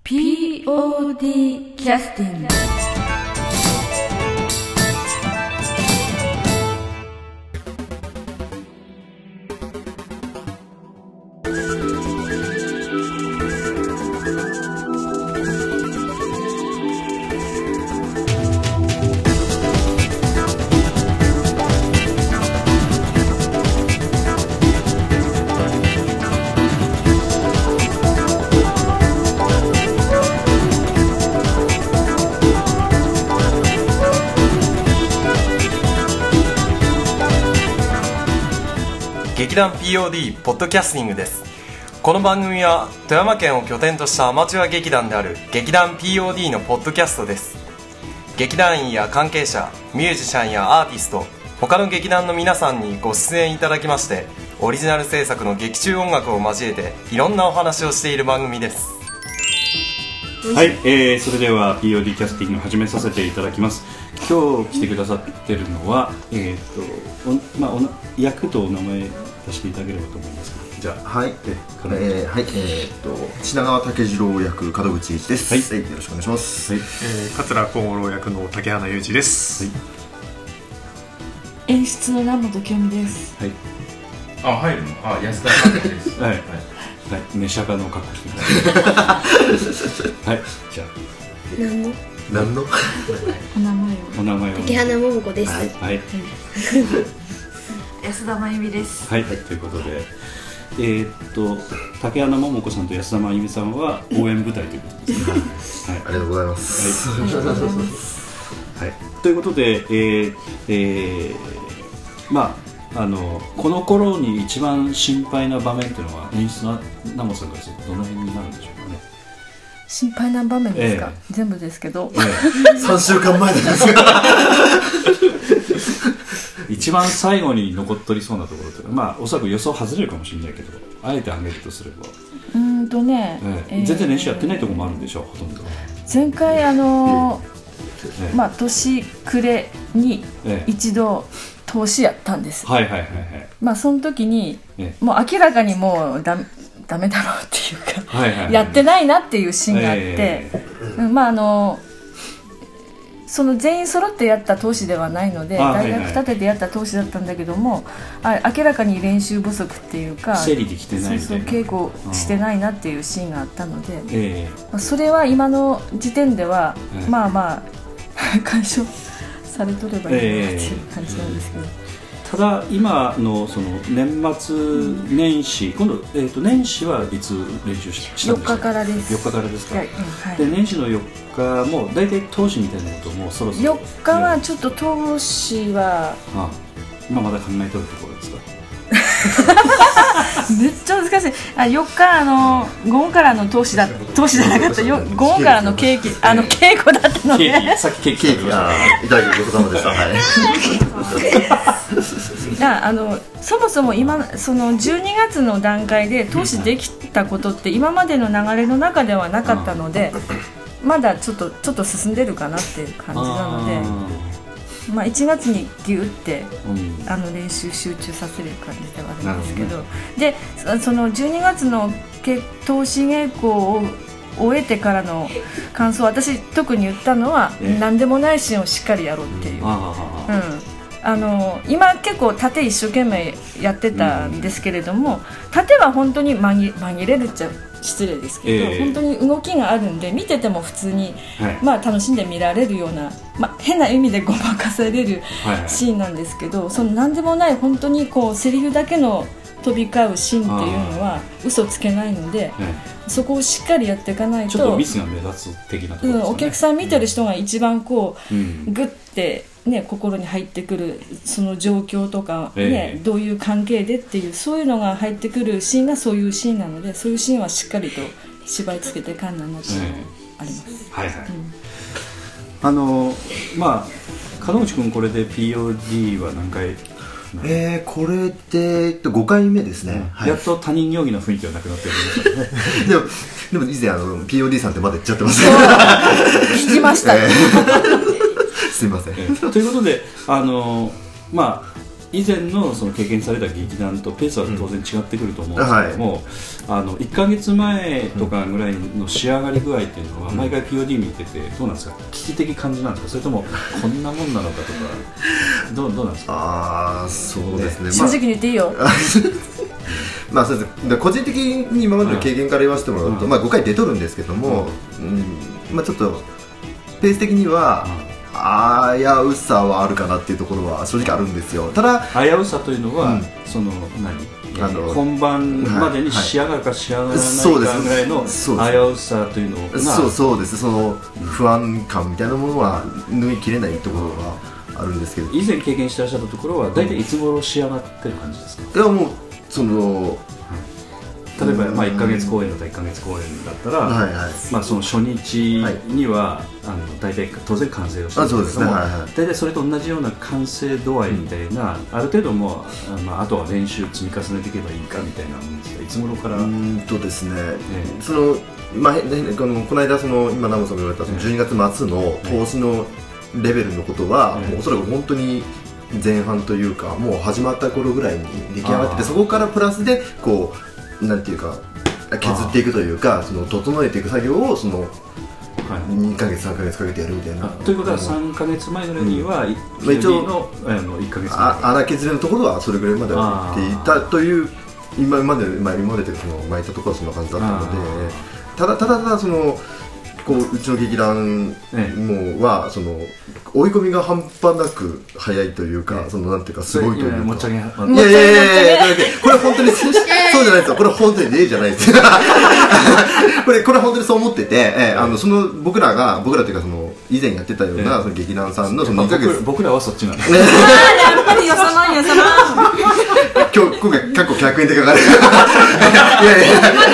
POD キャスティング。 劇団 POD ポッドキャスティングです。この番組は富山県を拠点としたアマチュア劇団である劇団 POD のポッドキャストです。劇団員や関係者、ミュージシャンやアーティスト、他の劇団の皆さんにご出演いただきまして、オリジナル制作の劇中音楽を交えていろんなお話をしている番組です。 はい、それでは POD キャスティングを始めさせていただきます。今日来てくださってるのは、役とお名前出していただければと思います。じゃあ、はい、 品川武次郎役門口一です。はい、よろしくお願いします。はい、 桂小五郎役の竹花裕二です。はい、 演出の南本清美です。 はい。入るの？安田さんです。 はい。はい。メシャカの格好してください。はい。じゃあ。 何のお名前を。 竹花桃子です。 はい。 安田真由美です。 はい。ということで、竹花桃子さんと安田真由美さんは応援舞台ということですね。はい。 ありがとうございます。 はい。ということで、この頃に一番心配な場面というのは演出の南本さんからするとどの辺になるんでしょうかね。 心配な場面ですか？全部ですけど、 3週間前ですが一番最後に残っとりそうなところというか、おそらく予想外れるかもしれないけど、あえて挙げるとすれば全然練習やってないところもあるんでしょう。ほとんど前回年暮れに一度投資やったんです。その時にもう明らかにもうダメだろうっていうか、やってないなっていうシーンがあって、その全員揃ってやった投資ではないので、大学立ててやった投資だったんだけども、明らかに練習不足っていうか、 整理できてないみたいな、 稽古してないなっていうシーンがあったので、それは今の時点では解消されとればいいなっていう感じなんですけど、 ただ今のその年末年始、今度、年始はいつ練習したんですか ？4日からです。 4日からですか。で年始の4日も大体投資みたいなこともそろそろ 4日はちょっと投資は今まだ考えとるところですか？ めっちゃ難しい。4日午後からの投資じゃなかった。午後からの稽古だったので、 さっきケーキいただきごちそうさまでした。 はい。そもそも今その12月の段階で投資できたことって今までの流れの中ではなかったので、まだちょっと進んでるかなっていう感じなので。1月にギュッて練習集中させる感じではあるんですけど、でその12月の投資稽古を終えてからの感想、私特に言ったのは何でもないシーンをしっかりやろうっていう、今結構盾一生懸命やってたんですけれども、盾は本当に紛れるっちゃ失礼ですけど、本当に動きがあるんで見てても普通に、楽しんで見られるような、変な意味でごまかされるシーンなんですけど、その何でもない本当にこうセリフだけの飛び交うシーンっていうのは嘘つけないので、そこをしっかりやっていかないとちょっとミスが目立つ的なところですね。 お客さん見てる人が一番こう、グッて心に入ってくるその状況とか、どういう関係でっていうそういうのが入ってくるシーンがそういうシーンなので、そういうシーンはしっかりと芝居つけてかんなのってあります。 門口君これで POD は何回？ これで5回目ですね。 やっと他人行儀の雰囲気はなくなってるんですよね。でも以前POD さんってまだ言っちゃってます。 聞きました。 すいません。 ということで以前のその経験された劇団とペースは当然違ってくると思うんですけども、1ヶ月前とかぐらいの仕上がり具合っていうのは毎回 POD 見ててどうなんですか、危機的感じなんですか、それともこんなもんなのかとかどうなんですか。 そうですね、 正直に言っていいよ。 まあそうです。個人的に今までの経験から言わせてもらうと、5回出とるんですけども、ちょっとペース的には危うさはあるかなっていうところは正直あるんですよ。ただ危うさというのは、その本番までに仕上がるか仕上がらないかぐらいの危うさというのが、 そうです、その不安感みたいなものは縫い切れないところがあるんですけど、 以前経験してらっしゃったところは大体いつ頃仕上がってる感じですか。 いやもうその例えば1ヶ月公演だったら1ヶ月公演だったら、その初日には大体当然完成をしてるんですけども、大体それと同じような完成度合いみたいな、ある程度もあとは練習積み重ねていけばいいかみたいなものですが、いつ頃から。 ですね、そのこの間今ナモさんが言われたその12月末の投資のレベルのことは、おそらく本当に前半というかもう始まった頃ぐらいに出来上がってて、そこからプラスでこうなんていうか削っていくというか、その整えていく作業をその2ヶ月3ヶ月かけてやるみたいな。 ということは3ヶ月前ぐらいには一応の1ヶ月荒削りのところはそれぐらいまではやっていたという、今までというか巻いたところはそんな感じだったので、ただそのうちの劇団はその追い込みが半端なく早いというか、そのなんていうかすごいというか、いやこれ本当にそうじゃないですよ。これ本当に例じゃないですよ。これ本当にそう思ってて、その僕らというかその以前やってたようなその劇団さんのその2ヶ月、 僕らはそっちなんです。 やっぱりよさまん。 今回過去100円でかかる。いや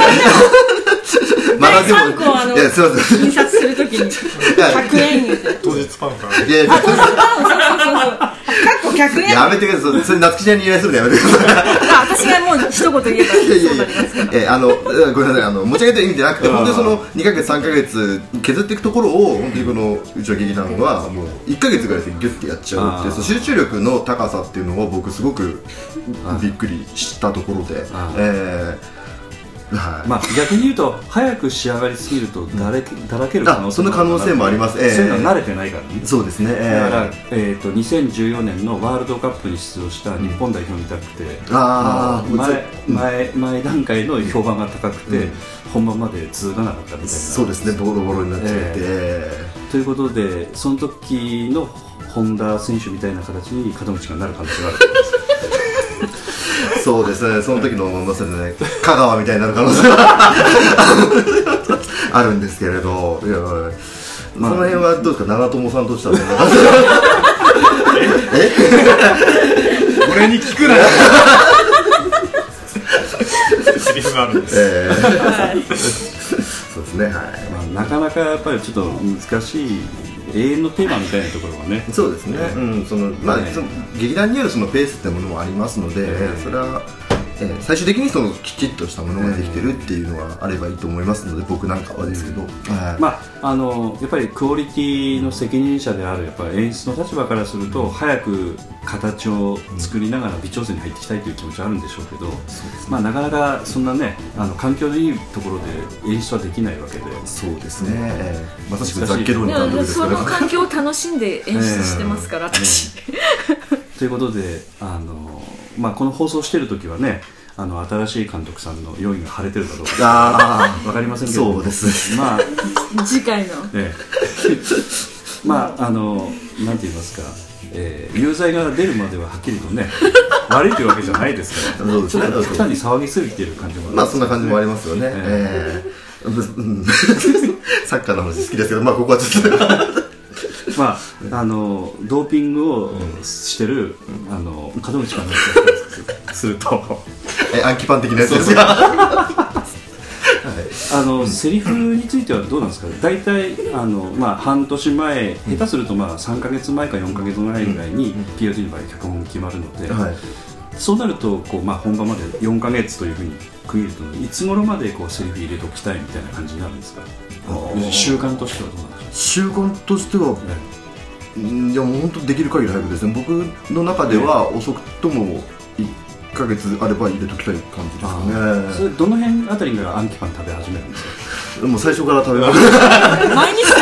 まだでも印刷するときに100円言うて当日パンか。 当日パン、かっこ100円。 やめてください。それ夏希ちゃんに依頼するのやめてください。 私がもう一言言えばそうなりますから。 ごめんなさい、持ち上げてる意味じゃなくて、本当にその2ヶ月3ヶ月削っていくところを本当にこのうちの劇団はもう1ヶ月ぐらいでギュッてやっちゃうっていう、その集中力の高さっていうのを僕すごくびっくりしたところで。 逆に言うと早く仕上がりすぎるとだらける可能性その可能性もあります。 そういうのは慣れてないからね。 そうですね。 だから2014年のワールドカップに出場した日本代表みたくて、前段階の評判が高くて本番まで続かなかったみたいな。 そうですね、ボロボロになっちゃって。 ということでその時の本田選手みたいな形に門口がなる可能性がある。 そうですね、その時のまさにね、香川みたいになる可能性があるんですけれど、その辺はどうですか、長友さんとしては。 俺に聞くなよ。セリフがあるんです。そうですね、はい。 なかなかやっぱりちょっと難しい。永遠のテーマみたいなところはね。 そうですね。その劇団によるそのペースってものもありますので、それは最終的にそのきちっとしたものができてるっていうのがあればいいと思いますので、僕なんかはですけど、 やっぱりクオリティの責任者であるやっぱり演出の立場からすると、早く形を作りながら微調整に入っていきたいという気持ちはあるんでしょうけど、なかなかそんなね環境のいいところで演出はできないわけで。 そうですね。まさしくザッケローニ監督ですから。 その環境を楽しんで演出してますから、私。 ということでこの放送している時はね、新しい監督さんの用意が晴れてるかどうか分かりませんけど、 そうですね。 次回のなんて言いますか、有罪が出るまでははっきりとね悪いというわけじゃないですから、ちょっと極端に騒ぎすぎている感じもそんな感じもありますよね。サッカーの話好きですけど、ここはちょっとドーピングをしてる門口監督からすると暗記パン的なやつですか。 セリフについてはどうなんですか。大体半年前、下手すると3ヶ月前か4ヶ月前ぐらいに POD の場合脚本決まるので、そうなると本番まで4ヶ月というふうに区切ると、いつ頃までセリフ入れておきたいみたいな感じになるんですか。習慣としてはどうなんでしょう。 習慣としてはいやもう本当できる限り早くですね。僕の中では遅くとも1ヶ月あれば入れときたい感じですかね。 それどの辺あたりからアンキパン食べ始めるんですか？ もう最初から食べます毎日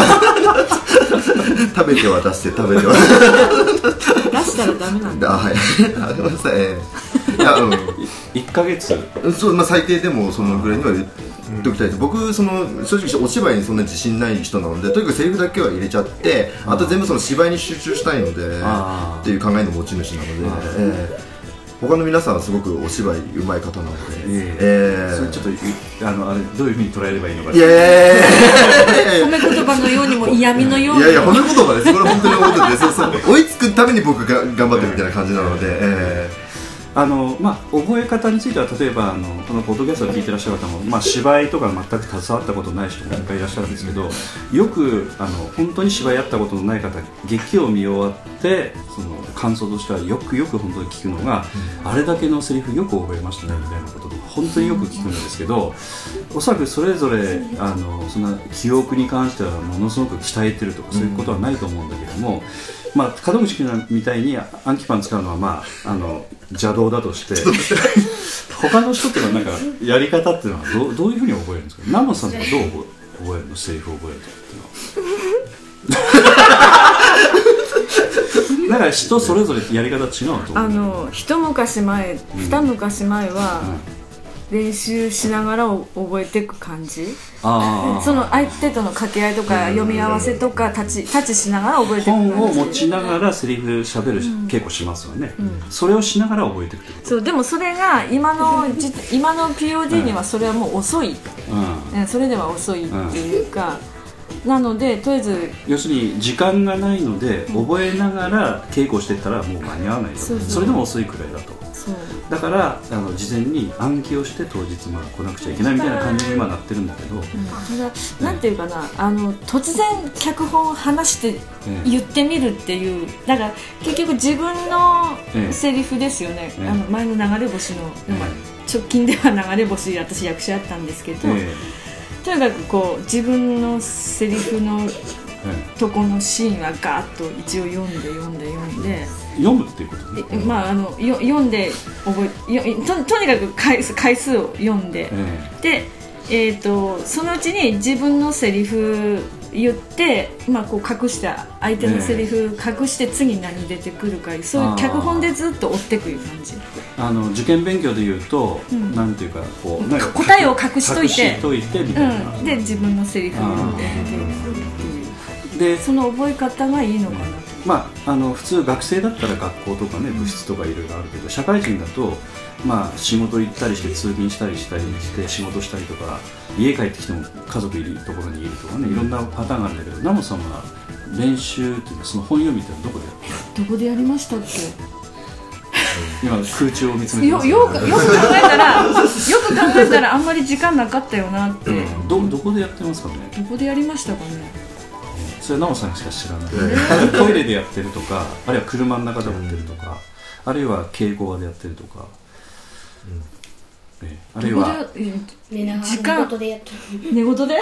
食べては出して食べては出したらダメなんだ。 はい。ごめんなさい。いや、 1ヶ月。 そう、最低でもそのぐらいには入れておきたいです。僕正直お芝居にそんな自信ない人なので、とにかくセリフだけは入れちゃって、あと全部その芝居に集中したいのでっていう考えの持ち主なので。他の皆さんはすごくお芝居上手い方なので、 それちょっとあれどういうふうに捉えればいいのか。 褒め言葉のようにも嫌味のようにも。 いや褒め言葉です。これ本当に思ってて、追いつくために僕が頑張ってるみたいな感じなので。 覚え方については例えばこのポッドキャストを聞いてらっしゃる方も、芝居とか全く携わったことない人もいっぱいいらっしゃるんですけど、よく本当に芝居やったことのない方、劇を見終わってその感想としてはよく本当に聞くのが、あれだけのセリフよく覚えましたねみたいなことで本当によく聞くんですけど、おそらくそれぞれそんな記憶に関してはものすごく鍛えてるとかそういうことはないと思うんだけども、門口君みたいにアンキパン使うのは邪道だとして他の人っていうのはなんかやり方っていうのはどういうふうに覚えるんですか？ナモさんとかどう覚えるの？セリフを覚えるっていうのはだから人それぞれやり方違うと思う。 一昔前、二昔前は、練習しながら覚えていく感じ。その相手との掛け合いとか読み合わせとか立ちしながら覚えていく感じ。 本を持ちながらセリフ喋る稽古しますよね。それをしながら覚えていくってこと。 そう、でもそれが今の POD にはそれはもう遅い、それでは遅いっていうか、なのでとりあえず要するに時間がないので、覚えながら稽古していったらもう間に合わないと。それでも遅いくらいだと。だから事前に暗記をして当日来なくちゃいけないみたいな感じに今なってるんだけど、 なんていうかな、突然脚本を話して言ってみるっていう、だから結局自分のセリフですよね。前の流れ星の、直近では流れ星、私役者やったんですけど、とにかくこう自分のセリフのとこのシーンはガーッと一応読んで読むっていうことね。 読んで覚えとにかく回数を読んで、で、そのうちに自分のセリフ言って、こう隠した相手のセリフ隠して次何出てくるか、そういう脚本でずっと追ってくる感じ。 受験勉強でいうと、なんていうかこう答えを隠しといてみたいな、 で自分のセリフを読んでっていう、でその覚え方がいいのかな。 普通学生だったら学校とかね、部室とかいろいろあるけど、社会人だと仕事行ったりして通勤したりして仕事したりとか、家帰ってきても家族いるところにいるとかね、いろんなパターンがあるんだけど、ナモさんは練習っていうの、その本読みってのはどこでやったの？ どこでやりましたっけ？ 今空中を見つめてます。 よく考えたらあんまり時間なかったよなって。 どこでやってますかね？ どこでやりましたかね？ それはナモさんしか知らない。トイレでやってるとか、あるいは車の中でやってるとか、あるいは稽古場でやってるとか、あるいは時間寝言で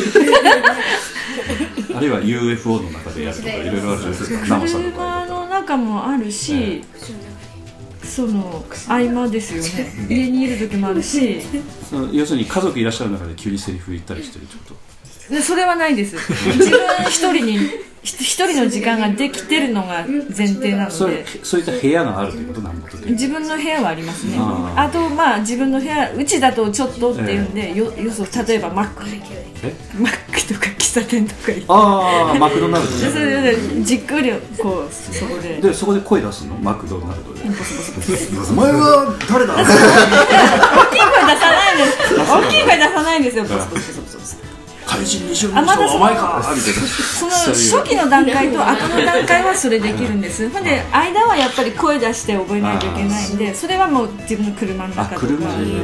あるいは UFO の中でやるとか、いろいろあるじゃないですか。ナモさんの場合だと車の中もあるし、その合間ですよね。家にいる時もあるし、 要するに家族いらっしゃる中で急にセリフ言ったりしてるってこと？ それはないです。自分一人の時間ができてるのが前提なので、 そういった部屋があるということなんだと。 自分の部屋はありますね。あと自分の部屋、うちだとちょっとっていうんで、例えばマックとか喫茶店とか行って、 マクドナルドね。 それでじっくりこうそこで声出すの？マクドナルドで。 お前は誰だ？ 大きい声出さないです。大きい声出さないんですよ。 怪人20人の人はお前かみたいな。 その初期の段階と後の段階はそれできるんです。ほんで間はやっぱり声出して覚えないといけないんで、それはもう自分の車の中とか。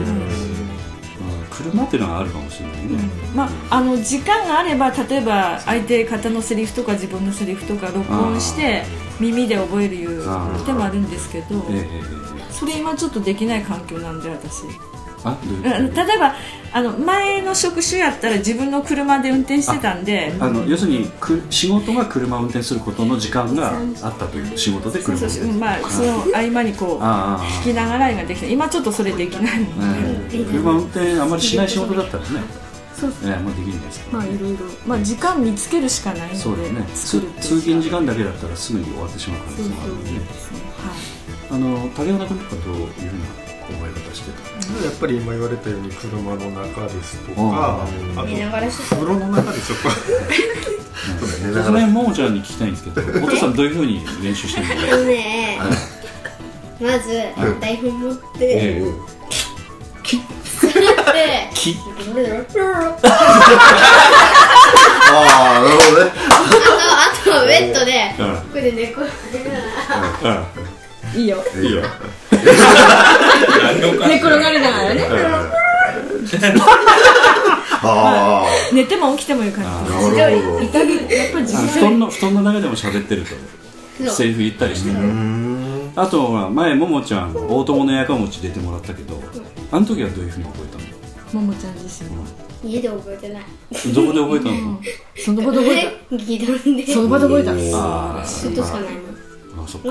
車っていうのがあるかもしれないね。 時間があれば、例えば相手方のセリフとか自分のセリフとか録音して耳で覚える手もあるんですけど、それ今ちょっとできない環境なんで私。 例えば前の職種やったら自分の車で運転してたんで、 要するに仕事が車を運転することの時間があったという仕事で車を運転する、 その合間にこう弾きながらができて、今ちょっとそれできないので、 車運転あんまりしない仕事だったらね、あんまりできないですけど、 いろいろ時間見つけるしかないので、 そうですね、通勤時間だけだったらすぐに終わってしまう可能性もあるので、竹山君とかどういうふうな覚え方してた？ やっぱり今言われたように車の中ですとか、 寝ながらして風呂の中でちょっとその辺ももちゃんに聞きたいんですけど、お父さんどういうふうに練習してるの？ まず台本持って木ああ、なるほどね。 あとはベッドでここで寝転がりながらいいよいいよ。 寝転がりながらね、寝ても起きてもいい感じ。やっぱり布団の中でも喋ってるとセリフ言ったりしてる。あとは前ももちゃん大友のやかもち出てもらったけど、あの時はどういうふうに覚えたの？ ももちゃん自身家で覚えてない。 どこで覚えたの？ その場で覚えた。 劇団でその場で覚えた。 ずっとしかないもん。 あ、そっか。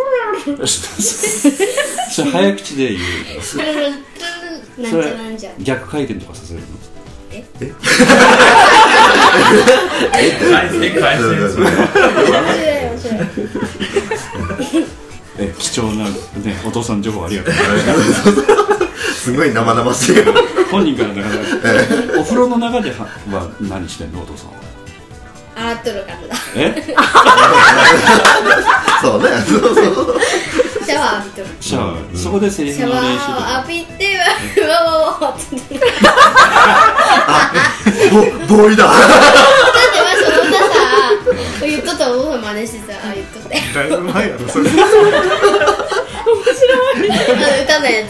それ早口で言う。それ逆回転とかさせるの？貴重なね、お父さん情報ありがとうございます。 すごい生々しい。 本人からなかなか。お風呂の中では何してんの、お父さんは？ 洗っとるからだ。 そうね。 シャワー浴びとる。 シャワー。そこでセリフの練習とか。 シャワー浴びてわって。 ボーイだ。 だってその歌さ言っとったお父さん真似してさ言っとって。 だいぶ前やろそれ。 面白い。歌のやつ。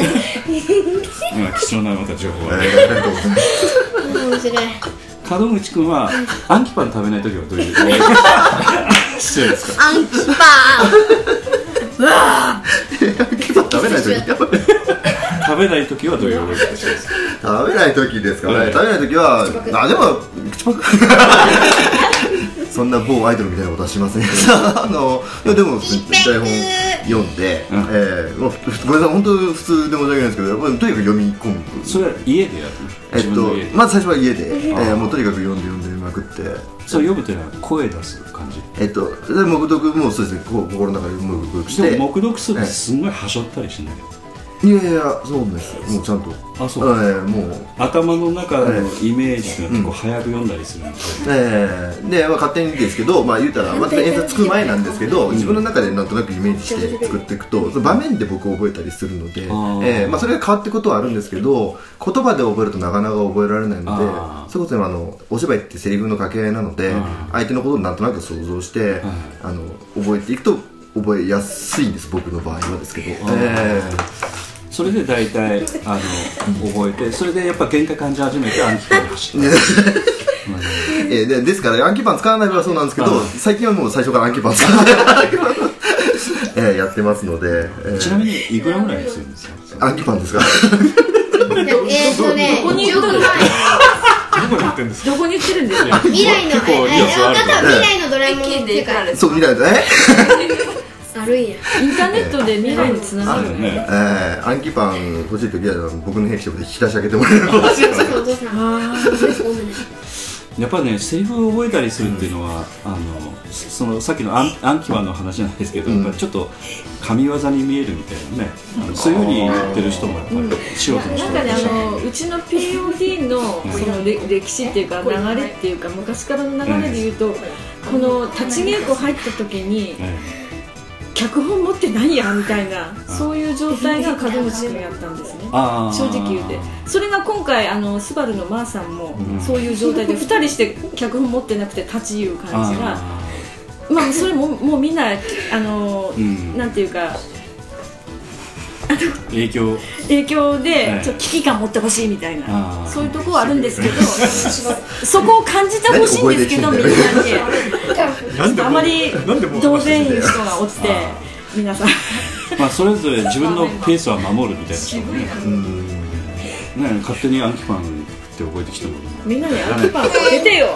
貴重なまた情報が。 面白い。 門口君はアンキパン食べないときはどういう失礼ですか？ アンキパン。 アンキパン食べないとき。 食べないときはどういう覚え方ですか？ 食べないときですかね。食べないときはでも口パク。そんな某アイドルみたいなことはしませんけど、いやでも台本読んで、ごめんなさい、本当普通で申し訳ないですけど、とにかく読み込む。 それは家でやるの？ まず最初は家で、もうとにかく読んでまくって。 それ読むというのは声出す感じ？ 黙読もそうですね、心の中で黙読して。 でも黙読するとすんごいはしょったりしない？ いやそうですよ、もうちゃんと。 あ、そう。 もう頭の中のイメージが結構早く読んだりするみたいな。 で、勝手にですけど、言うたらまた演奏つく前なんですけど、自分の中でなんとなくイメージして作っていくと、場面で僕覚えたりするので、それが変わっていくことはあるんですけど、言葉で覚えるとなかなか覚えられないので、そういうことでお芝居ってセリフの掛け合いなので、相手のことをなんとなく想像して覚えていくと覚えやすいんです、僕の場合はですけど。 それで大体覚えて、それでやっぱ喧嘩感じ始めてアンキパンに走ったですからアンキパン使わない場合はそうなんですけど、最近はもう最初からアンキパン使ってやってますので。 ちなみにいくらぐらいするんですか？ アンキパンですか？ どこに売ってるんですか？ どこに売ってるんですか？ 未来の未来のドラえもんっていうか、 そう、未来のあるんや。 インターネットで未来につながるね。 アンキパン欲しいときは僕の編集部で引き出し開けてもらえるかもしれない。 やっぱね、セリフを覚えたりするっていうのは、そのさっきのアンキパンの話なんですけど、やっぱりちょっと神業に見えるみたいなね、そういうふうに言ってる人もやっぱり素人の人もいらっしゃる。 うちの POD のその歴史っていうか流れっていうか、昔からの流れでいうと、この立ち稽古入った時に脚本持ってないやみたいな、そういう状態が門口君やったんですね、正直言うて。それが今回スバルのマーさんもそういう状態で2人して脚本持ってなくて立ち言う感じが、それももうみんななんていうか影響でちょっと危機感持ってほしいみたいな、そういうところはあるんですけど、そこを感じてほしいんですけど、みんなにあまり同然いい人がおって、皆さんそれぞれ自分のペースは守るみたいな人もね。 ね、勝手に暗記パンって覚えてきてもみんなに暗記パンあげてよ。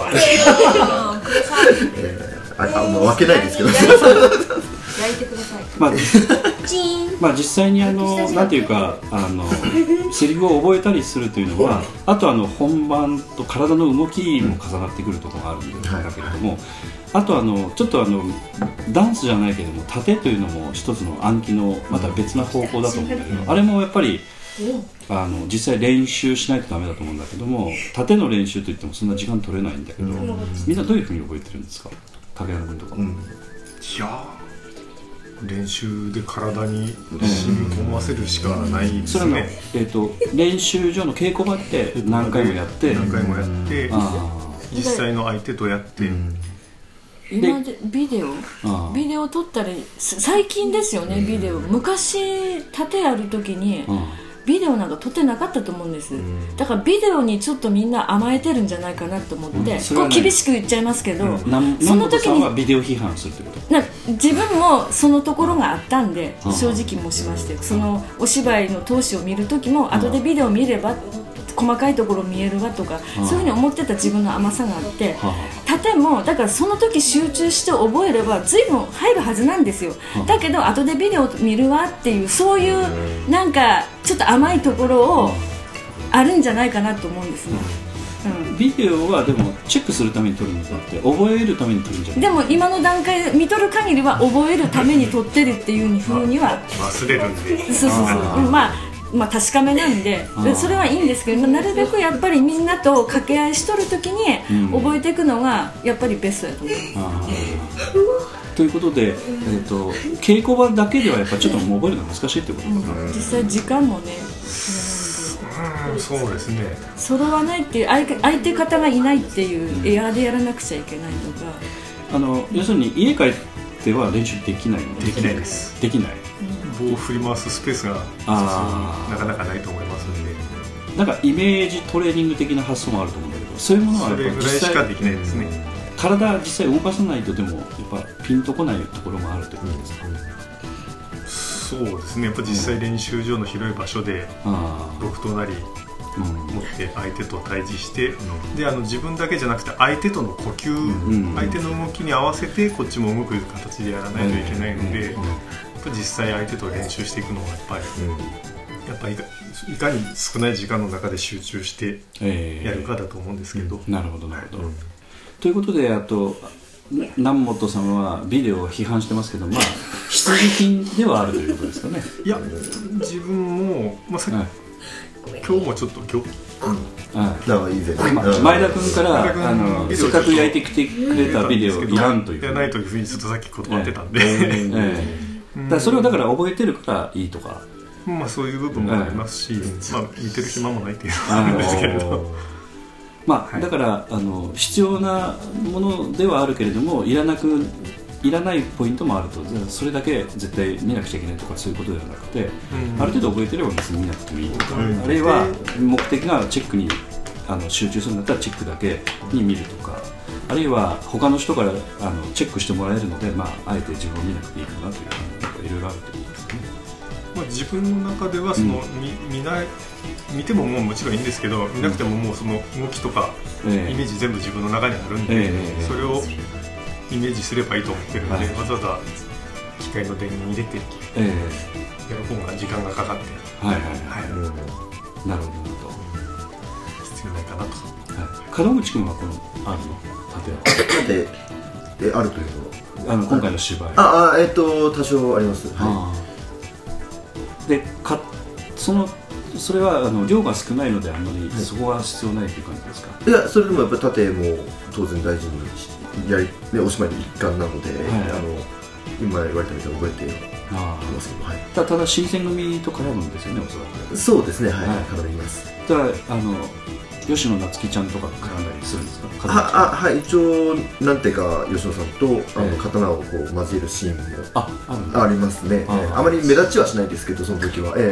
分けないですけど。 焼いてください。 まあ実際になんていうかセリフを覚えたりするというのは、あと本番と体の動きも重なってくるところがあるんだけれども、あとちょっとダンスじゃないけれども盾というのも一つの暗記のまた別な方法だと思うんだけど、あれもやっぱり実際練習しないとダメだと思うんだけども、盾の練習といってもそんな時間取れないんだけど、みんなどういうふうに覚えてるんですか、竹原君とか。 いや練習で体に染み込ませるしかないですね。 練習場の稽古場って何回もやって実際の相手とやって、 今でビデオ撮ったり最近ですよね。ビデオ昔盾やる時にビデオなんか撮ってなかったと思うんです。だからビデオにちょっとみんな甘えてるんじゃないかなと思って、こう厳しく言っちゃいますけど、その時にビデオ批判するってこと？ 自分もそのところがあったんで正直申しまして、そのお芝居の投資を見る時も後でビデオ見れば細かいところ見えるわとか、そういうふうに思ってた自分の甘さがあって、盾もだからその時集中して覚えれば随分入るはずなんですよ。だけど後でビデオ見るわっていう、そういうなんかちょっと甘いところをあるんじゃないかなと思うんですね。 ビデオはでもチェックするために撮るんだって、覚えるために撮るんじゃない。 でも今の段階で見とる限りは覚えるために撮ってるっていう風には忘れるんで、 そうまあ確かめなんで、それはいいんですけど、なるべくやっぱりみんなと掛け合いしとるときに覚えていくのがやっぱりベストだと思います。 ということで、稽古場だけではやっぱちょっと覚えるの難しいってことですか。 実際時間もね、 そうですね。 揃わないっていう相手方がいないっていうエアーでやらなくちゃいけないとか、 要するに家帰っては練習できないんです。 できないです。 できない。 棒を振り回すスペースがなかなかないと思いますので、 なんかイメージトレーニング的な発想もあると思うんだけど、そういうものはやっぱそれぐらいしかできないですね。 体実際動かさないとでもやっぱピンとこないところもあるということですか。 そうですね。やっぱ実際練習場の広い場所で6となり持って相手と対峙して、で自分だけじゃなくて相手との呼吸、相手の動きに合わせてこっちも動く形でやらないといけないので、実際相手と練習していくのはやっぱりいかに少ない時間の中で集中してやるかだと思うんですけど。 なるほどなるほど。ということで、あと南本さんはビデオを批判してますけど、まあ必需品ではあるということですかね。 いや、自分も、今日もちょっと前田君からせっかく焼いてきてくれたビデオいらんという、 いらないというふうにちょっとさっき断ってたんで、 それをだから覚えてるからいいとか、 そういう部分もありますし、見てる暇もないっていうのはあるんですけれど、 だから必要なものではあるけれども、いらないポイントもあると、それだけ絶対見なくちゃいけないとかそういうことではなくて、ある程度覚えてれば別に見なくてもいいとか、あるいは目的がチェックに集中するんだったらチェックだけに見るとか、あるいは他の人からチェックしてもらえるので、あえて自分を見なくていいかなという、いろいろあるということですね。 自分の中では見てももちろんいいんですけど、見なくてももうその動きとかイメージ全部自分の中にあるんで、それをイメージすればいいと思ってるので、わざわざ機械の電源に入れてやる方が時間がかかって、 なるほどなるほど、 必要ないかなと。 門口君はあるの盾あるというのは今回の芝居多少あります。 でそれは量が少ないのであんまりそこは必要ないという感じですか。 いや、それでもやっぱり盾も当然大事にお芝居の一環なので、今言われたみたいに覚えていますけど、 ただ新選組と絡むんですよね、おそらく。 そうですね、絡みます。 だから吉野夏樹ちゃんとか絡んだりするんですか。 一応何ていうか吉野さんと刀をこう交えるシーンもありますね。あまり目立ちはしないですけど、その時は。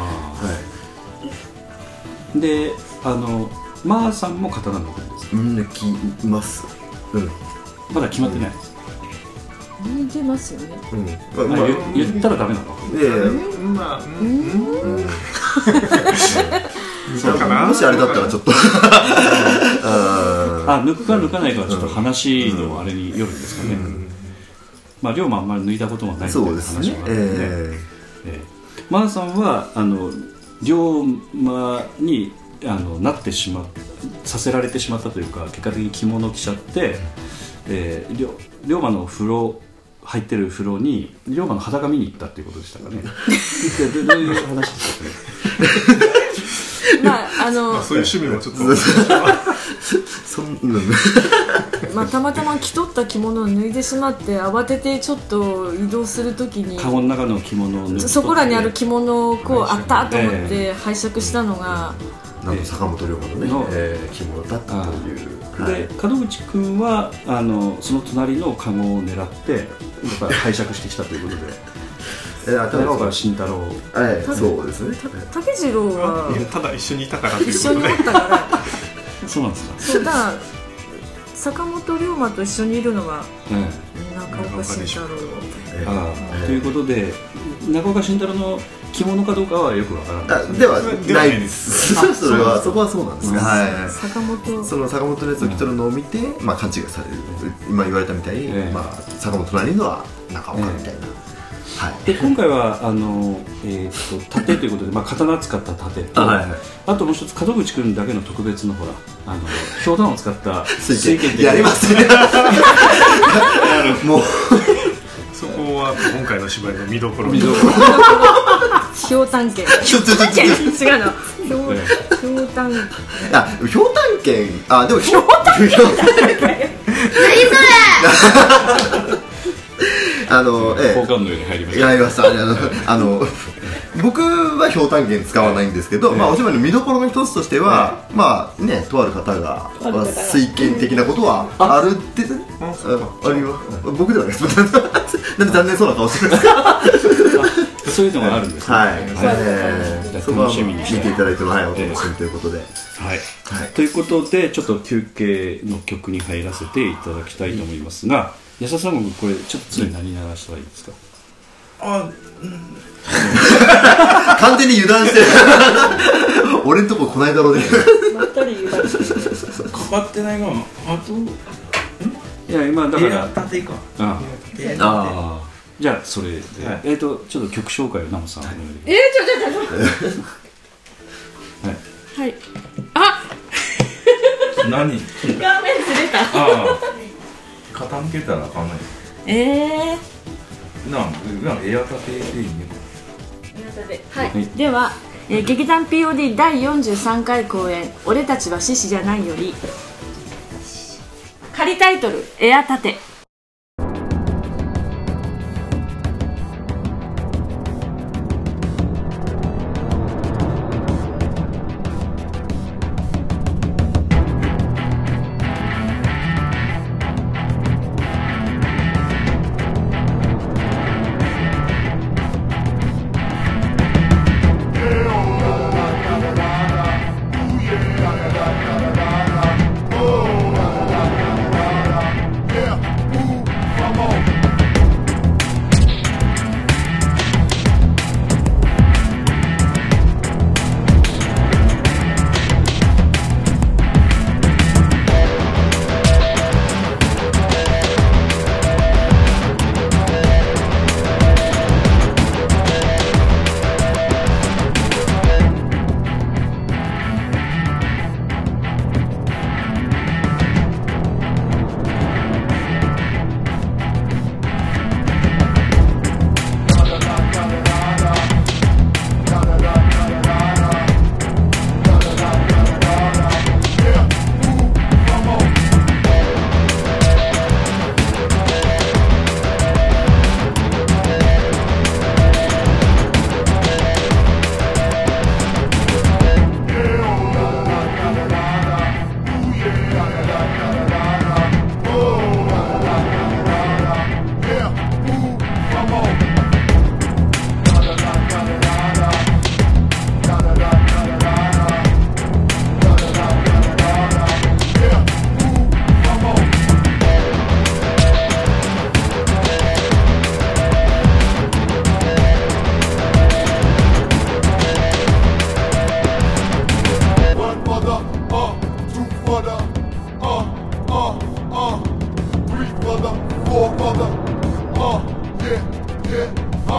で、マーさんも刀抜くんですか。 抜きます。 まだ決まってない。 抜いてますよね。 言ったらダメなの。 もしあれだったらちょっと抜くか抜かないかはちょっと話のあれによるんですかね。まあ龍馬あんまり抜いたこともないっていう話もあるので、マーさんは龍馬になってしまさせられてしまったというか、結果的に着物を着ちゃって、龍馬の風呂入ってる風呂に龍馬の裸見に行ったっていうことでしたかね。どういう話でしたかね。 まあそういう趣味もちょっとまあたまたま着とった着物を脱いでしまって、慌ててちょっと移動するときにカゴの中の着物を脱いで、 そこらにある着物をこうあったと思って拝借したのが、 なんと坂本龍馬のね、着物だったという。 で門口君はその隣のカゴを狙って拝借してきたということで。長岡慎太郎、 そうですね。 竹次郎はただ一緒にいたからっていう一緒におったからそうなんですか。 そうだから坂本龍馬と一緒にいるのは長岡慎太郎ということで、長岡慎太郎の着物かどうかはよくわからないではないです。そこはそうなんですが、その坂本のやつを着とるのを見て勘違いされる。今言われたみたいに坂本隣のは長岡みたいな。 で今回は盾ということで、刀を使った盾と、あともう一つ門口君だけの特別のほらひょうたんを使った水拳やりますね。もうそこは今回の芝居の見どころ。 ひょうたん拳。違うの。ひょうたん。 ひょうたん拳。でもひょうたん拳。何それ。 好感度に入りました。 やりました。僕はひょうたん拳使わないんですけど、お芝居の見どころの一つとしては、とある方が水拳的なことはあるってあります。僕ではないです。なんで残念そうな顔してるんですか。 そういうのがあるんですね。 楽しみにしていただいてお楽しみということで。 ということでちょっと休憩の曲に入らせていただきたいと思いますが、安田さんもこれちょっと次何鳴らしたらいいですか。 完全に油断してる。俺んとこ来ないだろうね。 まったり油断してかかってないがいや今だから縦か。 じゃあそれでちょっと曲紹介をナモさん。 はい。 何？ 画面ずれた。 傾けたらあかんない。 エアタテでいいね。 はい。では、劇団 POD 第43回公演「俺たちは獅子じゃない」より仮タイトル「エアタテ」。 3 for the 4 for the yeah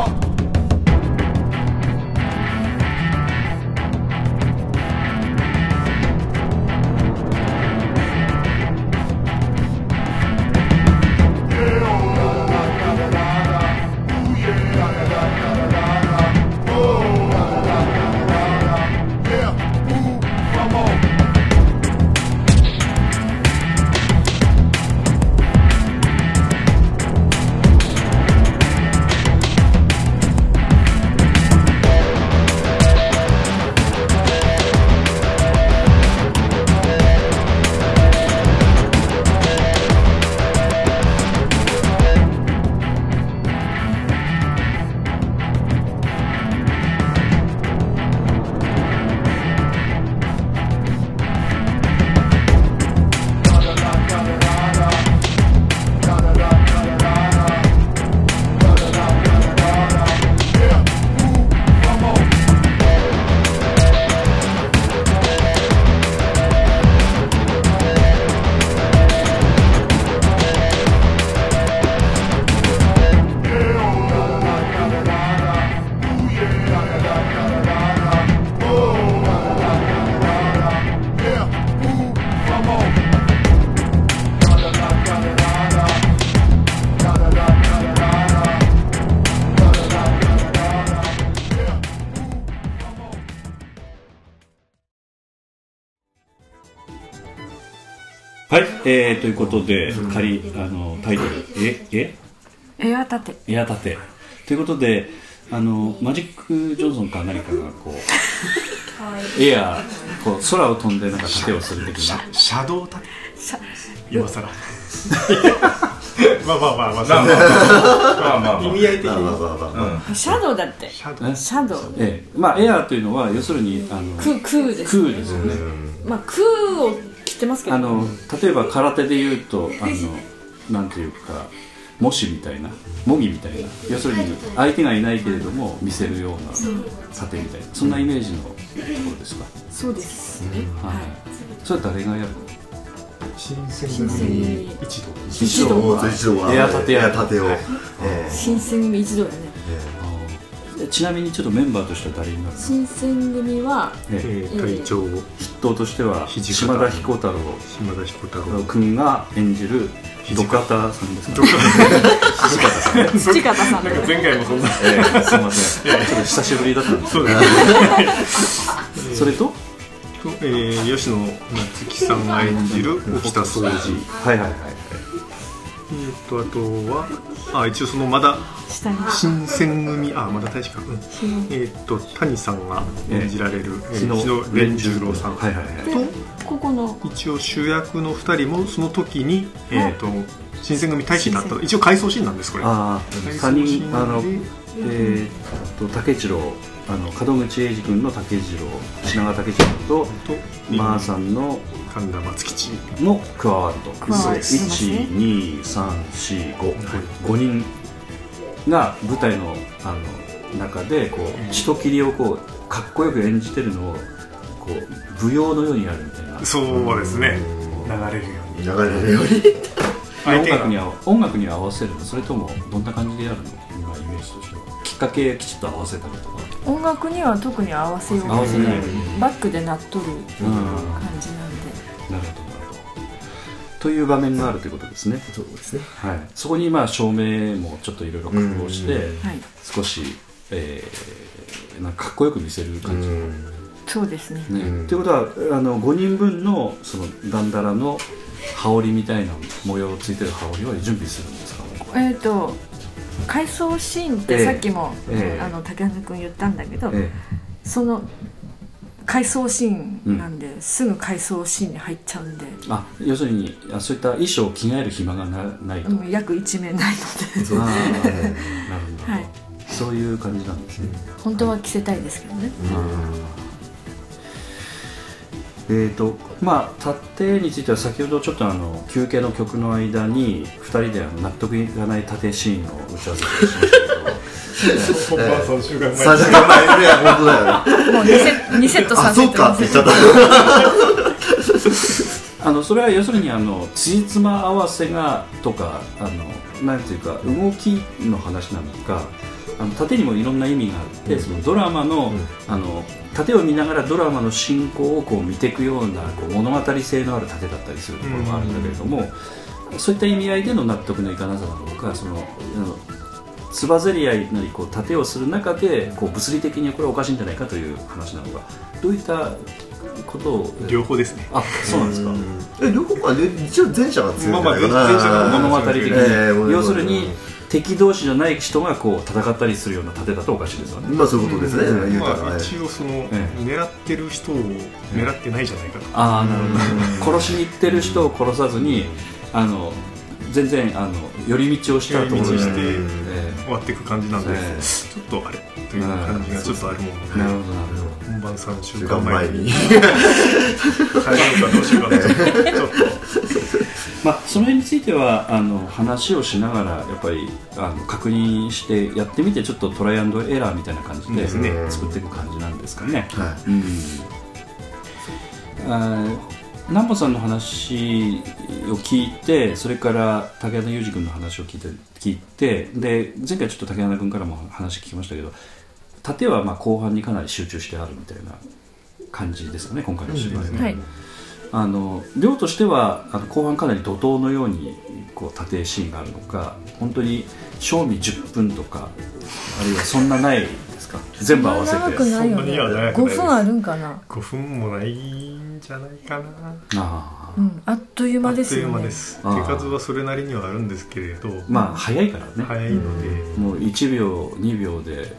はい、ということで、タイトルエア立てということで、マジック・ジョンソンか何かがこうエアこう空を飛んでなんか盾をする的なシャドウ盾今更まあ意味合い的にシャドウだってシャドウまあエアーというのは要するに空ですよね。まあ空を着てますけど例えば空手でいうとなんていうか模試みたいな模擬みたいな要するに相手がいないけれども見せるような盾みたいなそんなイメージのところですか。 そうです、はい、 それは誰がやるの。 新選組一同エア盾を新選組一同だね。 ちなみにちょっとメンバーとしては誰になるの。 新選組は隊長筆頭としては島田彦太郎君が演じる土方さんですか。 土方さん。 前回もそんな。 すみません。ちょっと久しぶりだったんです。それと吉野夏樹さんが演じる沖田総司。 はいはいはい。 あとは一応そのまだ新選組まだ大使か。谷さんが演じられる日野連十郎さんとここの一応主役の2人もその時に新選組大使になった一応回想シーンなんですこれ。 3人竹次郎門口英二君の竹次郎品川竹次郎とマーさんの神田松吉も加わると1,2,3,4,5人が舞台の中でこう血と霧をこうかっこよく演じてるのをこう舞踊のようにやるみたいな。 そうですね。流れるように音楽に合わせるのそれともどんな感じでやるの今イメージとしては。きっかけきちっと合わせたりとか。 音楽には特に合わせようがない。バックで鳴っとる感じなんで。 なるほどという場面があるということですね。 そうですね。 はい。そこに照明もちょっといろいろ工夫して少しなんかかっこよく見せる感じ。 そうですね。 ということは5人分のそのダンダラの羽織みたいな模様をついてる羽織は準備するんですか。 回想シーンってさっきも竹花君言ったんだけど、その回想シーンなんで、すぐ回想シーンに入っちゃうんで。 要するにそういった衣装を着替える暇がないと。 約1名ないので。 なるほど。はい。そういう感じなんですね。 本当は着せたいですけどね。 盾については先ほどちょっと休憩の曲の間に2人で納得いかない盾シーンの打ち合わせをしましたけど本番3週間前 3週間前ね本当だよね。 もう2セット3セットそうかって言っちゃっそれは要するにつじつま合わせがとかなんていうか動きの話なのか、縦にもいろんな意味があって、そのドラマの、縦を見ながらドラマの進行をこう見ていくようなこう物語性のある縦だったりするところがあるんだけれども、そういった意味合いでの納得のいかなさなのか、そのつばぜり合いなりこう縦をする中でこう物理的にこれはおかしいんじゃないかという話なのか、どういったことを。 両方ですね。 あ、そうなんですか。 両方は一応前者が強いんじゃないかな。 前者が物語的に、要するに敵同士じゃない人がこう戦ったりするような盾だとおかしいですよね。 まあそういうことですね。 一応その狙ってる人を狙ってないじゃないかと。 ああ、なるほど。殺しに行ってる人を殺さずに全然寄り道をしたところでして終わっていく感じなんで、ちょっとあれという感じがちょっとあるもので、 なるほど本番3週間前に変えようかどうしようかなちょっと。 まあ、その辺については話をしながらやっぱり確認してやってみて、ちょっとトライアンドエラーみたいな感じで作っていく感じなんですかね。南本さんの話を聞いて、それから竹穴裕二君の話を聞いて、で前回ちょっと竹穴君からも話聞きましたけど、縦はまあ後半にかなり集中してあるみたいな感じですかね、今回の芝居は。はい、量としては後半かなり怒涛のようにこう縦シーンがあるのか、本当に賞味10分とか、あるいはそんなないですか。全部合わせて長くないよね。5分あるんかな。 5分もないんじゃないかな。 あっという間ですよね。 あっという間です。手数はそれなりにはあるんですけれど、 まあ早いからね。 早いので、 もう1秒2秒で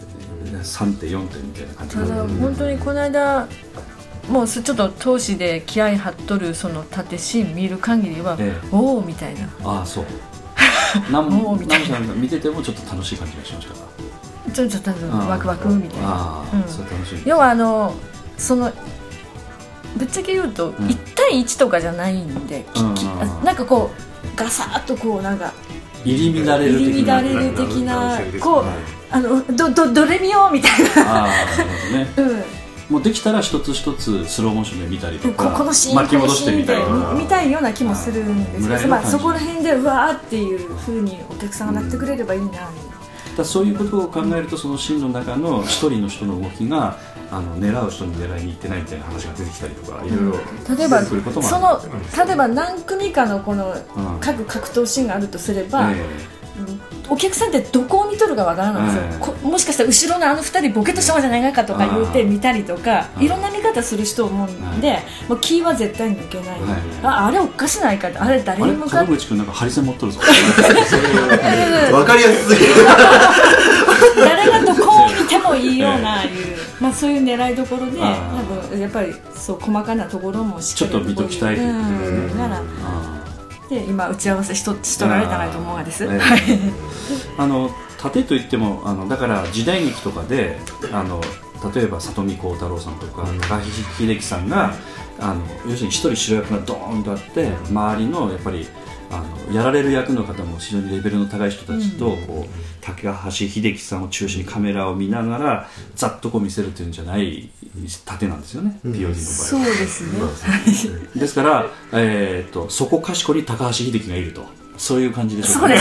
3点4点みたいな感じ。 ただ本当にこの間もうちょっと投資で気合い張っとるその縦シーン見る限りは、おおみたいな。 ああ、そう。南本さんが見ててもちょっと楽しい感じがしましたか。 ちょっとワクワクみたいな。 それ楽しい。 要はそのぶっちゃけ言うと1対1とかじゃないんで、なんかこうガサッとこうなんか入り乱れる的なこうどれ見ようみたいな。 ああ、なるほどね。もうできたら一つ一つスローモーションで見たりとか、 このシーン巻き戻してみたい見たいような気もするんですけど、まあそこら辺でうわーっていう風にお客さんがなってくれればいいな。 だそういうことを考えると、そのシーンの中の一人の人の動きが狙う人に狙いに行ってないみたいな話が出てきたりとか、いろいろ例えば例えば何組かのこの各格闘シーンがあるとすれば、お客さんってどこを見とるかわからないんですよ。もしかしたら後ろの2人ボケとしたんじゃないかとか言うて見たりとか、いろんな見方する人思うんで、もう気は絶対に抜けない。あれおかしないかって、あれ誰に向かって。 門口君なんかハリセン持っとるぞ。 わかりやすすぎる。 誰がどこを見てもいいようなまあそういう狙いどころで、多分やっぱりそう細かなところもしっかりちょっと見ときたいというなら。で今打ち合わせしとられたらと思うがです。 縦といってもだから時代劇とかで例えば里見浩太朗さんとか高橋英樹さんが要するに一人白役がドーンとあって、周りのやっぱりやられる役の方も非常にレベルの高い人たちと、こう高橋英樹さんを中心にカメラを見ながらざっとこう見せるというんじゃない縦なんですよね、POD の場合は。 そうですね。 ですから、そこかしこに高橋英樹がいると、そういう感じでしょうかね。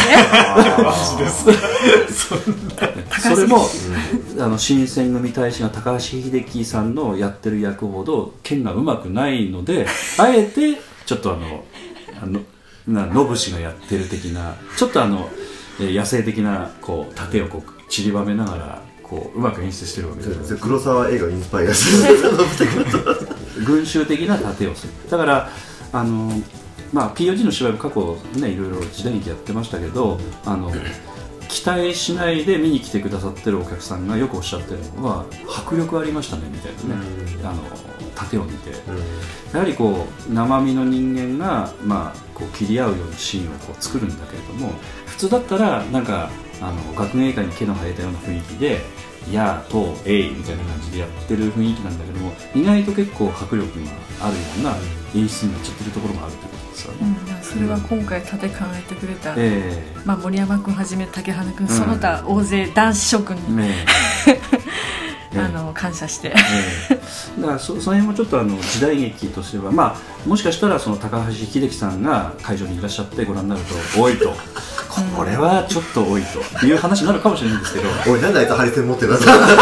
それも新選組大使が高橋英樹さんのやってる役ほど剣がうまくないので、あえてちょっと野節がやってる的な、ちょっと野生的なこう盾をこう散りばめながらこううまく演出してるわけです。 黒沢映画インスパイアする群衆的な盾をする。だからPOD の芝居も過去ね、いろいろ時代劇やってましたけど、期待しないで見に来てくださってるお客さんがよくおっしゃってるのは、迫力ありましたねみたいなね、盾を見て、やはりこう生身の人間が、こう切り合うようなシーンをこう作るんだけれども、普通だったらなんか学芸会に毛の生えたような雰囲気で「やーとえい」みたいな感じでやってる雰囲気なんだけども、意外と結構迫力があるような演出になっちゃってるところもあるということですよね。 それは今回盾考えてくれた、森山君はじめ竹花君、その他大勢男子諸君感謝して、 だからその辺もちょっと時代劇としては、まあ、もしかしたらその高橋英樹さんが会場にいらっしゃってご覧になると多いと、これはちょっと多いという話になるかもしれないんですけど、 おいなんであいつハリセン持ってるんだ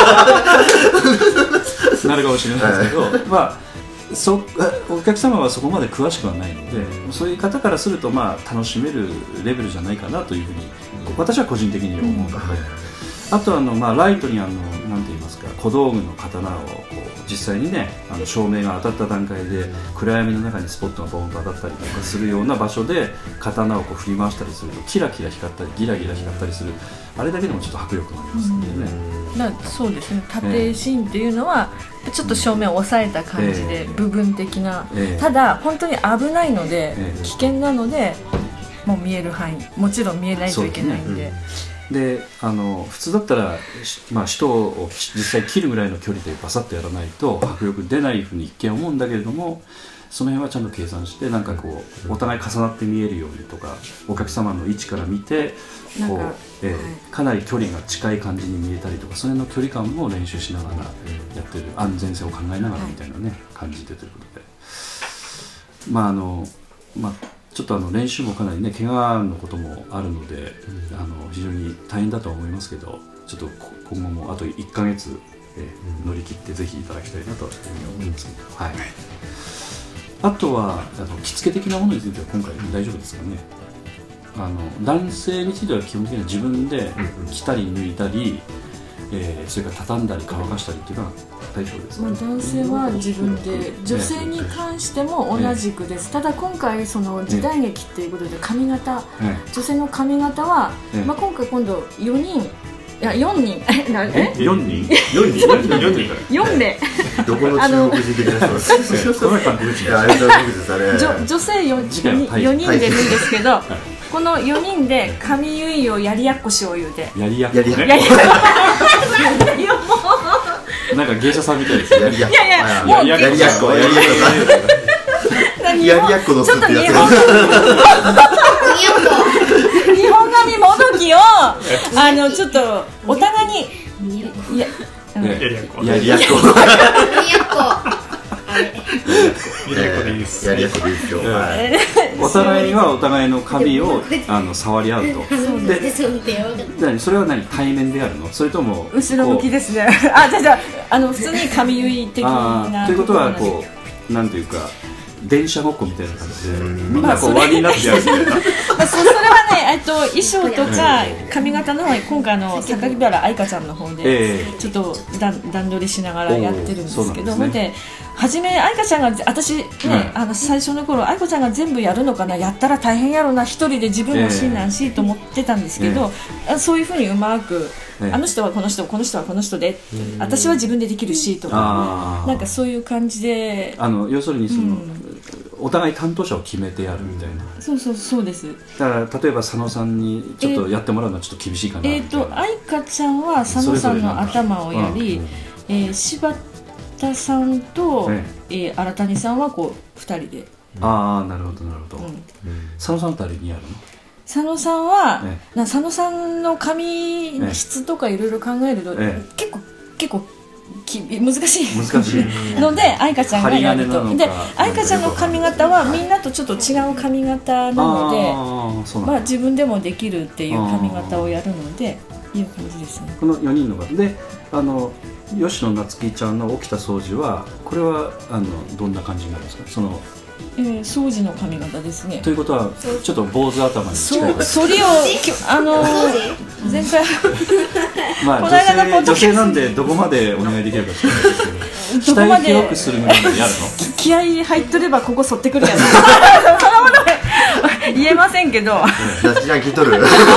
なるかもしれないですけど、まあお客様はそこまで詳しくはないので、そういう方からするとまあ楽しめるレベルじゃないかなというふうに私は個人的に思うので、あとまあライトになんて言いますか、小道具の刀をこう実際にね照明が当たった段階で暗闇の中にスポットがボーンと当たったりとかするような場所で刀をこう振り回したりするとキラキラ光ったりギラギラ光ったりする、あれだけでもちょっと迫力がありますのでね。 そうですね、縦シーンっていうのはちょっと照明を抑えた感じで部分的な、ただ本当に危ないので、危険なのでもう見える範囲、もちろん見えないといけないんで、 で普通だったら、まあ、人を実際切るぐらいの距離でバサッとやらないと迫力出ないふうに一見思うんだけれども、その辺はちゃんと計算してなんかこうお互い重なって見えるようにとか、お客様の位置から見てこう、かなり距離が近い感じに見えたりとか、その辺の距離感も練習しながらやってる、安全性を考えながらみたいなね、感じでということで、まあまあちょっと練習もかなりね怪我のこともあるので、非常に大変だとは思いますけど、ちょっと今後もあと1ヶ月、乗り切ってぜひいただきたいなというふうに思いますけど、はい、あとは着付け的なものについては今回大丈夫ですかね。男性については基本的には自分で着たり脱いだり、それから畳んだり乾かしたりっていうのは大丈夫ですか、ね。 男性は自分で、女性に関しても同じくです。ただ今回その時代劇っていうことで髪型、女性の髪型は、まあ、今度4人、いや4人4名どこの中国人的な人ですか。 女性4人でいるんですけど、この4人で髪結いをやりやっこしよう言うて、 やりやっこなんか芸者さんみたいですね。 いやもうやりやっこのちょっと日本髪もどきをちょっとお互いにやりやっこでいいですよ。 お互いにはお互いの髪を触り合うと。でそれは対面でやるの？それとも後ろ向きですね。じゃあ普通に髪結い的な。 ということはこうなんていうか電車ごっこみたいな感じでみんなこう輪になってやるみたいな。 それはね、衣装とか髪型の方は今回榊原愛香ちゃんの方でちょっと段取りしながらやってるんですけど、で初め愛香ちゃんが私ね、最初の頃愛子ちゃんが全部やるのかな、やったら大変やろな、一人で自分もしんなんしと思ってたんですけど、そういうふうにうまくあの人はこの人、この人はこの人で、私は自分でできるしとか、なんかそういう感じで要するにお互い担当者を決めてやるみたいな。 そうです。 だから例えば佐野さんにちょっとやってもらうのはちょっと厳しいかな。 愛香ちゃんは佐野さんの頭をやり、柴田さんと荒谷さんはこう2人で。 なるほどなるほど。佐野さんって誰にやるの？ 佐野さんは佐野さんの髪質とかいろいろ考えると結構難しいので愛香ちゃんがやると。で愛香ちゃんの髪型はみんなとちょっと違う髪型なので、まあ自分でもできるっていう髪型をやるのでいう感じですね。 この4人の方で吉野夏樹ちゃんの起きた掃除はこれはどんな感じになるんですか？ 掃除の髪型ですね。 ということはちょっと坊主頭に近い。 それを前回まあ女性なんでどこまでお願いできるかちょっとですけど、額広くするぐらいまでやるの？ 気合入っとればここ剃ってくるやつ。そんなこと言えませんけど。 夏ちゃん聞いとる。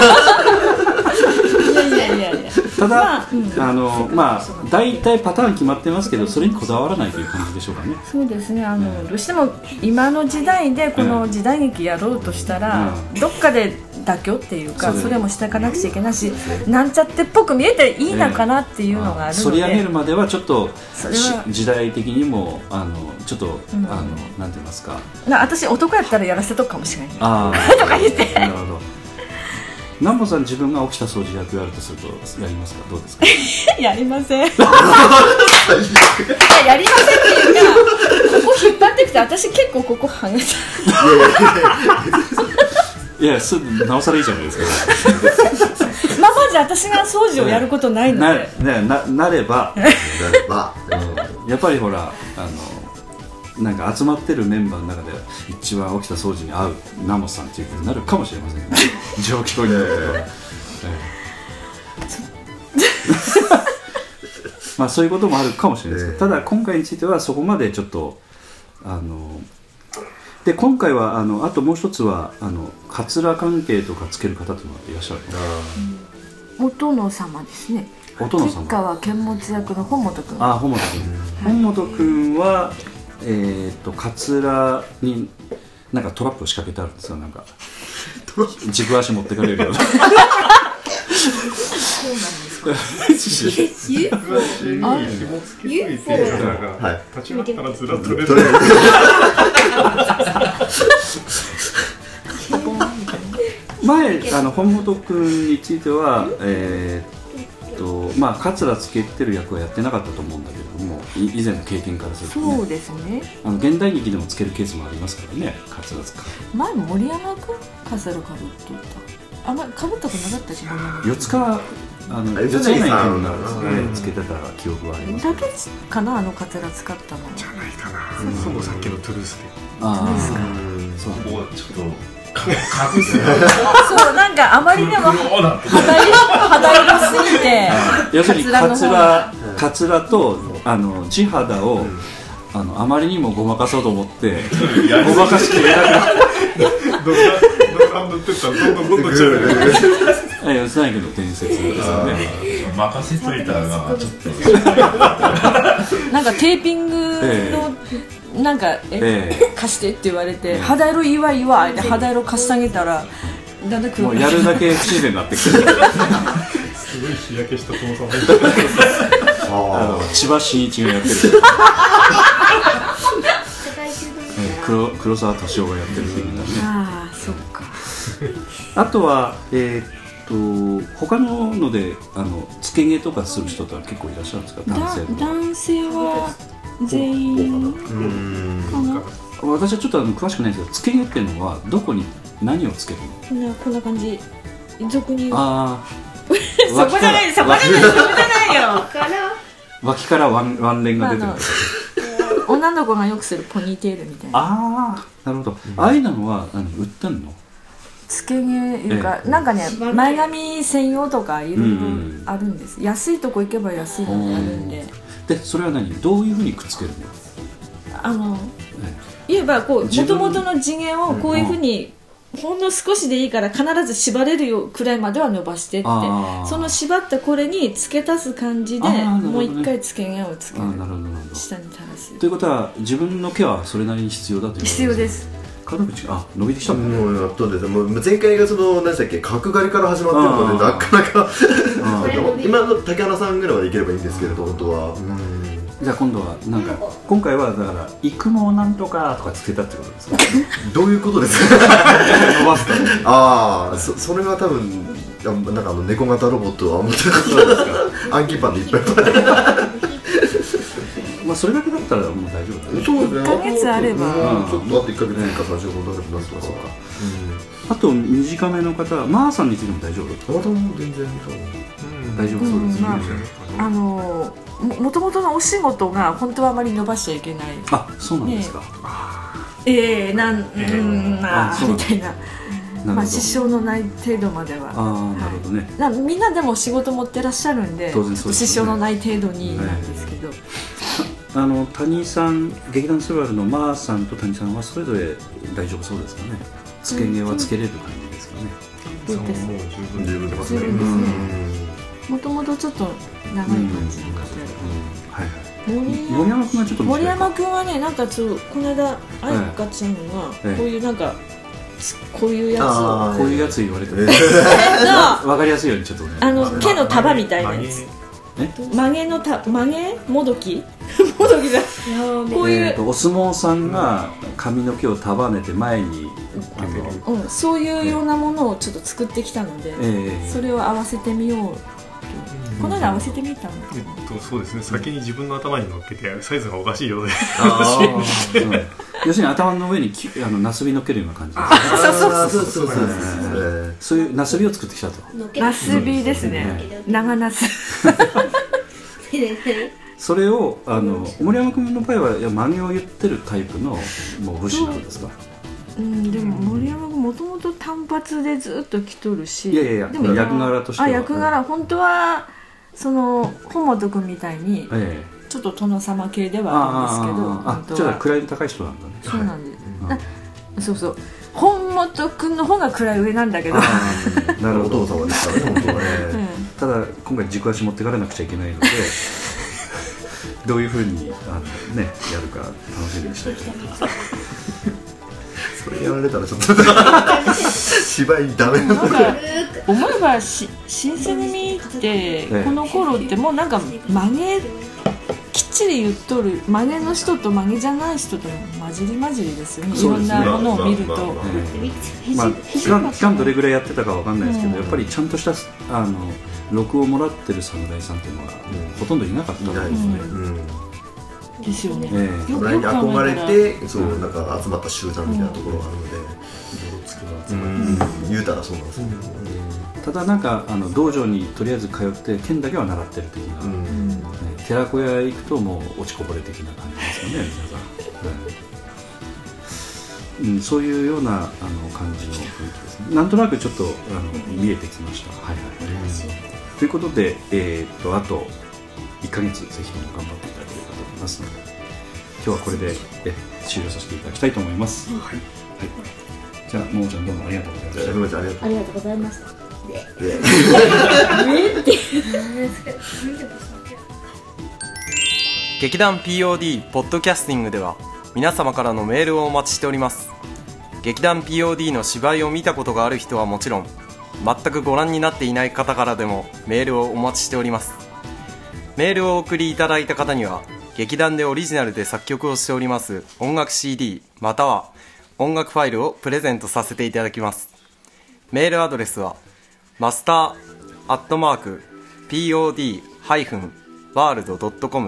いやただ、まあ大体パターン決まってますけど、それにこだわらないという感じでしょうかね。 そうですね。どうしても今の時代でこの時代劇やろうとしたら、どっかで妥協っていうか、それもしていかなくちゃいけないし、なんちゃってっぽく見えていいのかなっていうのがあるので、 反り上げるまではちょっと時代的にもちょっとなんて言いますか。 私男やったらやらせとくかもしれない。とか言って。 なるほど。 南本さん自分が起きた掃除役やるとするとやりますか？どうですか？ やりません。やりませんっていうか、ここ引っ張ってきて私結構ここはげちゃう。いや、なおさらいいじゃないですか。 まず私が掃除をやることないので、 なればやっぱりほらなんか集まってるメンバーの中で一番起きた掃除に合うナモさんっていうことになるかもしれませんね。状況によっては、まあそういうこともあるかもしれないですけど、ただ今回についてはそこまでちょっとで今回はあともう一つはカツラ関係とかつける方というのがいらっしゃる。 お殿様ですね。 お殿様。 吉川剣持役の本本君。 本本君。本本君はカツラになんかトラップを仕掛けてあるんですよ。なんか軸足持ってかれるような。そうなんですか。 UFO が立ち回ったらずらっと出る。 前本本君についてはまあカツラつけてる役はやってなかったと思うんだけれども、以前の経験からするとね。 そうですね。 現代劇でもつけるケースもありますからね、カツラつか。 前森山君カツラかぶっとった。あんまりかぶったことなかったし、森山君。 四つか四つ柳君がつけてた記憶はあります。 だけかな、カツラ使ったの。 じゃないかな。そのさっきのトゥルースで。 そう、ちょっと隠す。 そう、なんかあまりにも肌色すぎて、 要するにカツラと地肌をあまりにもごまかそうと思ってごまかしきれなくなって。 どんどんちゃう。 四つ柳の伝説ですよね。 任せといたらちょっとなんかテーピングのなんか貸してって言われて、肌色いいわいいわって肌色貸してあげたらだんだん黒くやるだけ不自然になってきて。 すごい日焼けした殿様。 千葉真一がやってる。黒沢敏夫がやってる的なね。 ああ、そっか。 あとは他のでつけ毛とかする人とは結構いらっしゃるんですか？ 男性は全員かな。 私はちょっと詳しくないんですけど、つけ毛っていうのはどこに何をつけるの？ こんな感じ。俗に言う。 ああ。 そこじゃないよ。 脇からワンレンが出てる。 女の子がよくするポニーテールみたいな。 ああ、なるほど。ああいうのは売ってんの？ つけ毛いうか、なんかね、前髪専用とかいろいろあるんです。安いとこ行けば安いのがあるんで。 で、それはどういうふうにくっつけるの？ 言えばこう元々の地毛をこういうふうにほんの少しでいいから必ず縛れるよくらいまでは伸ばしてって、その縛ったこれに付け足す感じでもう一回つけ毛をつける。下に垂らす。 ということは自分の毛はそれなりに必要だということですね。 必要です。 門口が伸びてきたもんね。 もうやっとです。もう前回が何でしたっけ、角刈りから始まってるのでなかなか今の竹花さんぐらいまでいければいいんですけれど、本当は。 じゃあ今度は今回はだから育毛なんとかとかつけたってことですか？ どういうことですか？伸ばすために。ああ、それは多分なんか猫型ロボットは思ってなかったですか？暗記パンでいっぱいまあそれだけだったらもう大丈夫だね。 そうですね。1ヶ月あれば。 ちょっとあと1ヶ月か30分だけどなんとか。 あと短めの方、マーさんについても大丈夫？ まだも全然大丈夫そうですね。 もともとのお仕事が本当はあまり伸ばしちゃいけない。 あ、そうなんですか。 みたいな。まあ支障のない程度までは。 なるほどね。 みんなでも仕事持ってらっしゃるんで、支障のない程度になんですけど。 谷さん、劇団スバルのマーさんと谷さんはそれぞれ大丈夫そうですかね。つけ毛はつけれる感じですかね。 そうです。 もう十分出ますね。 もともとちょっと長い感じの方森山君はちょっと森山君はね、なんかこの間愛花ちゃんがこういうなんかこういうやつをこういうやつ言われてる。わかりやすいようにちょっとね。 毛の束みたいなやつ。曲げもどきじゃこういうお相撲さんが髪の毛を束ねて前にそういうようなものをちょっと作ってきたので、それを合わせてみようと、この間合わせてみたの。 そうですね、先に自分の頭に乗っけてサイズがおかしいようで要するに頭の上になすび乗っけるような感じです。そういうなすびを作ってきたと。 なすびですね、長なすそれを森山君の場合は曲げを言ってるタイプのもう武士なんですか？ でも森山君もともと単発でずっと着とるし、 でも役柄としては役柄本当はその本本君みたいにちょっと殿様系ではあるんですけど、 じゃあ位の高い人なんだね。 そうなんです。そうそう、本本君の方が位上なんだけど、 なるほど、お父様ですからね、本当はね。 ただ今回軸足持ってかれなくちゃいけないのでどういうふうにやるか楽しみにしたいと思います。 それやられたらちょっと芝居ダメなのか。 思えば新選組ってこの頃ってもうなんか曲げきっちり言っとる曲げの人と曲げじゃない人と混じり混じりですよね。いろんなものを見ると、 期間どれぐらいやってたかわかんないですけど、やっぱりちゃんとした録をもらってる侍さんっていうのはほとんどいなかったんですね。 ですよね。 それに憧れてそうなんか集まった集団みたいなところがあるので、泥付きの集まり言うたらそうなんですよ。 ただなんか道場にとりあえず通って剣だけは習ってる的な、寺子屋行くともう落ちこぼれ的な感じですよね、皆さん。そういうような感じの雰囲気ですね。なんとなくちょっと見えてきました。ということで、あと1ヶ月ぜひとも頑張っていただければと思いますので、今日はこれで終了させていただきたいと思います。じゃあももちゃんどうもありがとうございました。 ありがとうございました。 劇団 POD ポッドキャスティングでは皆様からのメールをお待ちしております。劇団 POD の芝居を見たことがある人はもちろん、全くご覧になっていない方からでもメールをお待ちしております。メールをお送りいただいた方には劇団でオリジナルで作曲をしております音楽 CD または音楽ファイルをプレゼントさせていただきます。メールアドレスはmaster@pod-world.com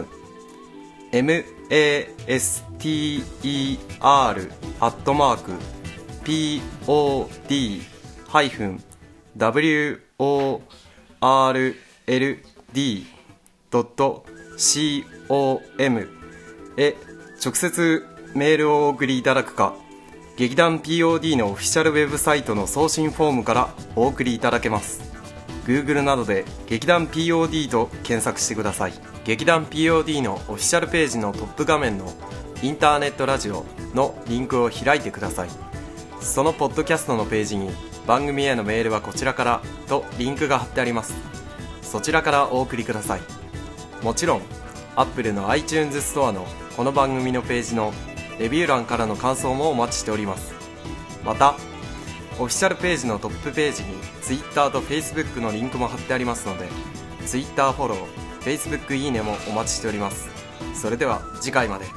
master@pod-world.com へ直接メールをお送りいただくか、劇団 POD のオフィシャルウェブサイトの送信フォームからお送りいただけます。 Google などで劇団 POD と検索してください。劇団 POD のオフィシャルページのトップ画面のインターネットラジオのリンクを開いてください。そのポッドキャストのページに番組へのメールはこちらからとリンクが貼ってあります。そちらからお送りください。もちろん Apple の iTunes ストアのこの番組のページのレビュー欄からの感想もお待ちしております。またオフィシャルページのトップページに Twitter と Facebook のリンクも貼ってありますので、 Twitter フォロー、 Facebook いいねもお待ちしております。それでは次回まで。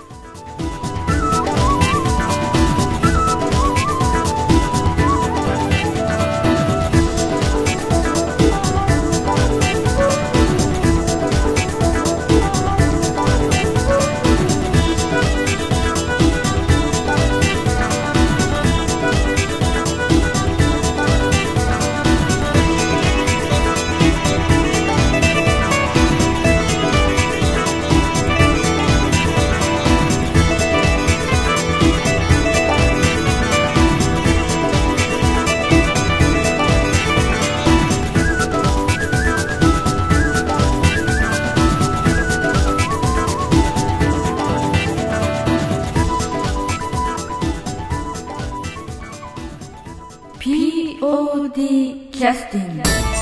POD キャスティング。